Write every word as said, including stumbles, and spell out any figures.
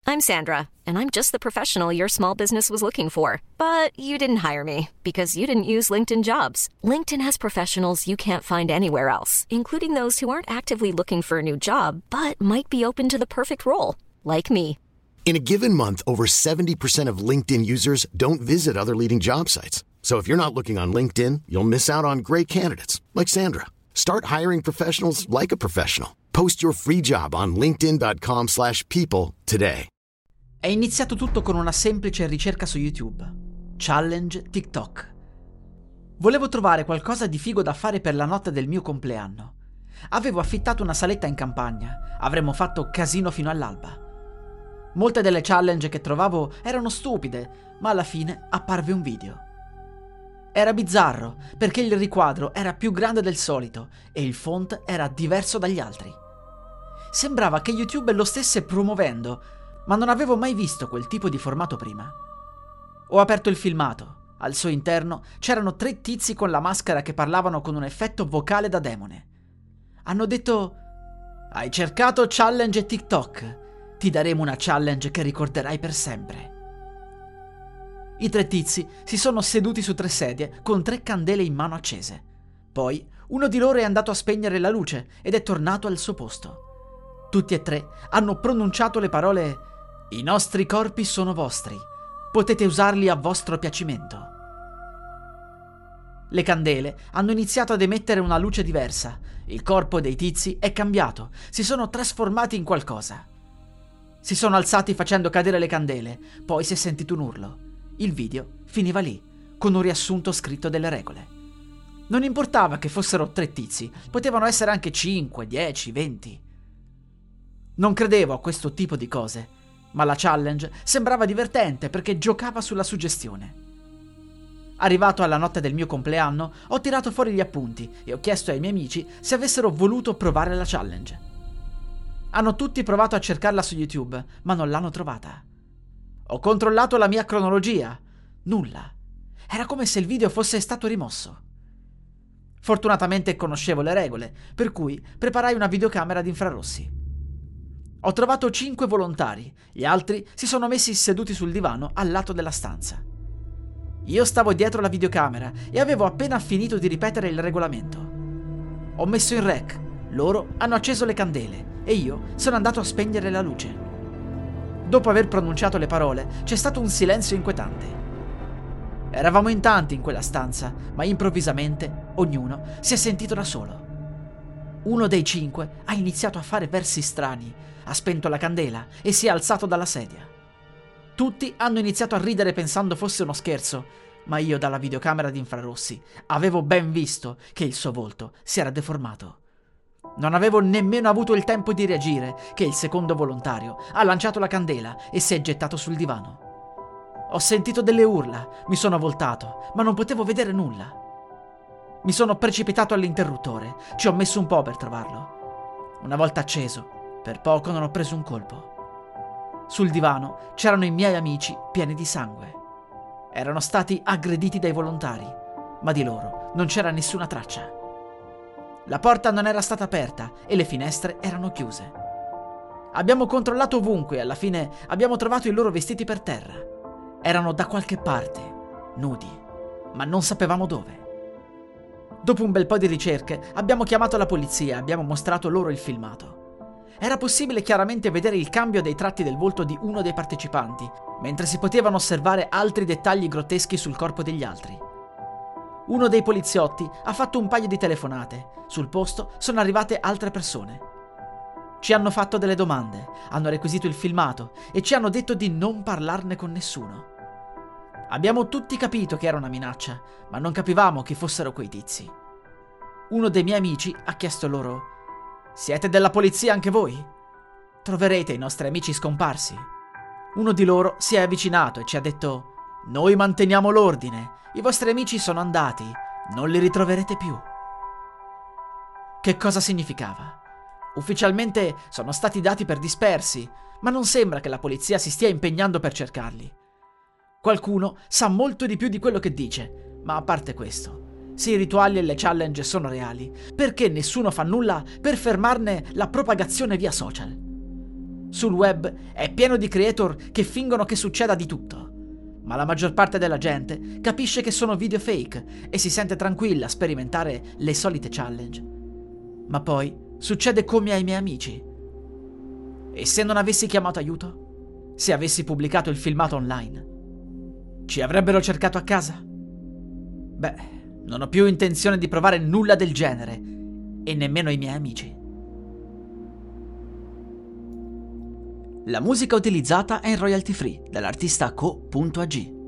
I'm Sandra, and I'm just the professional your small business was looking for. But you didn't hire me because you didn't use LinkedIn Jobs. LinkedIn has professionals you can't find anywhere else, including those who aren't actively looking for a new job, but might be open to the perfect role, like me. In a given month, over seventy percent of LinkedIn users don't visit other leading job sites. So if you're not looking on LinkedIn, you'll miss out on great candidates like Sandra. Start hiring professionals like a professional. Post your free job on linkedin.com slash people today. È iniziato tutto con una semplice ricerca su YouTube. Challenge TikTok. Volevo trovare qualcosa di figo da fare per la notte del mio compleanno. Avevo affittato una saletta in campagna. Avremmo fatto casino fino all'alba. Molte delle challenge che trovavo erano stupide, ma alla fine apparve un video. Era bizzarro, perché il riquadro era più grande del solito e il font era diverso dagli altri. Sembrava che YouTube lo stesse promuovendo, ma non avevo mai visto quel tipo di formato prima. Ho aperto il filmato. Al suo interno c'erano tre tizi con la maschera che parlavano con un effetto vocale da demone. Hanno detto: "Hai cercato challenge TikTok? Ti daremo una challenge che ricorderai per sempre." I tre tizi si sono seduti su tre sedie con tre candele in mano accese. Poi uno di loro è andato a spegnere la luce ed è tornato al suo posto. Tutti e tre hanno pronunciato le parole: "I nostri corpi sono vostri. Potete usarli a vostro piacimento." Le candele hanno iniziato ad emettere una luce diversa. Il corpo dei tizi è cambiato. Si sono trasformati in qualcosa. Si sono alzati facendo cadere le candele. Poi si è sentito un urlo. Il video finiva lì, con un riassunto scritto delle regole. Non importava che fossero tre tizi. Potevano essere anche cinque, dieci, venti. Non credevo a questo tipo di cose, ma la challenge sembrava divertente perché giocava sulla suggestione. Arrivato alla notte del mio compleanno, ho tirato fuori gli appunti e ho chiesto ai miei amici se avessero voluto provare la challenge. Hanno tutti provato a cercarla su YouTube, ma non l'hanno trovata. Ho controllato la mia cronologia. Nulla. Era come se il video fosse stato rimosso. Fortunatamente conoscevo le regole, per cui preparai una videocamera ad infrarossi. Ho trovato cinque volontari, gli altri si sono messi seduti sul divano al lato della stanza. Io stavo dietro la videocamera e avevo appena finito di ripetere il regolamento. Ho messo in rec, loro hanno acceso le candele e io sono andato a spegnere la luce. Dopo aver pronunciato le parole, c'è stato un silenzio inquietante. Eravamo in tanti in quella stanza, ma improvvisamente ognuno si è sentito da solo. Uno dei cinque ha iniziato a fare versi strani, ha spento la candela e si è alzato dalla sedia. Tutti hanno iniziato a ridere pensando fosse uno scherzo, ma io dalla videocamera di infrarossi avevo ben visto che il suo volto si era deformato. Non avevo nemmeno avuto il tempo di reagire che il secondo volontario ha lanciato la candela e si è gettato sul divano. Ho sentito delle urla, mi sono voltato, ma non potevo vedere nulla. Mi sono precipitato all'interruttore, ci ho messo un po' per trovarlo. Una volta acceso, per poco non ho preso un colpo. Sul divano c'erano i miei amici pieni di sangue. Erano stati aggrediti dai volontari, ma di loro non c'era nessuna traccia. La porta non era stata aperta e le finestre erano chiuse. Abbiamo controllato ovunque e alla fine abbiamo trovato i loro vestiti per terra. Erano da qualche parte, nudi, ma non sapevamo dove. Dopo un bel po' di ricerche abbiamo chiamato la polizia e abbiamo mostrato loro il filmato. Era possibile chiaramente vedere il cambio dei tratti del volto di uno dei partecipanti, mentre si potevano osservare altri dettagli grotteschi sul corpo degli altri. Uno dei poliziotti ha fatto un paio di telefonate. Sul posto sono arrivate altre persone. Ci hanno fatto delle domande, hanno requisito il filmato e ci hanno detto di non parlarne con nessuno. Abbiamo tutti capito che era una minaccia, ma non capivamo chi fossero quei tizi. Uno dei miei amici ha chiesto loro: "Siete della polizia anche voi? Troverete i nostri amici scomparsi." Uno di loro si è avvicinato e ci ha detto: "Noi manteniamo l'ordine, i vostri amici sono andati, non li ritroverete più." Che cosa significava? Ufficialmente sono stati dati per dispersi, ma non sembra che la polizia si stia impegnando per cercarli. Qualcuno sa molto di più di quello che dice, ma a parte questo, se i rituali e le challenge sono reali, perché nessuno fa nulla per fermarne la propagazione via social? Sul web è pieno di creator che fingono che succeda di tutto, ma la maggior parte della gente capisce che sono video fake e si sente tranquilla a sperimentare le solite challenge. Ma poi succede come ai miei amici. E se non avessi chiamato aiuto? Se avessi pubblicato il filmato online? Ci avrebbero cercato a casa? Beh, non ho più intenzione di provare nulla del genere, e nemmeno i miei amici. La musica utilizzata è in royalty free dall'artista co punto a gi.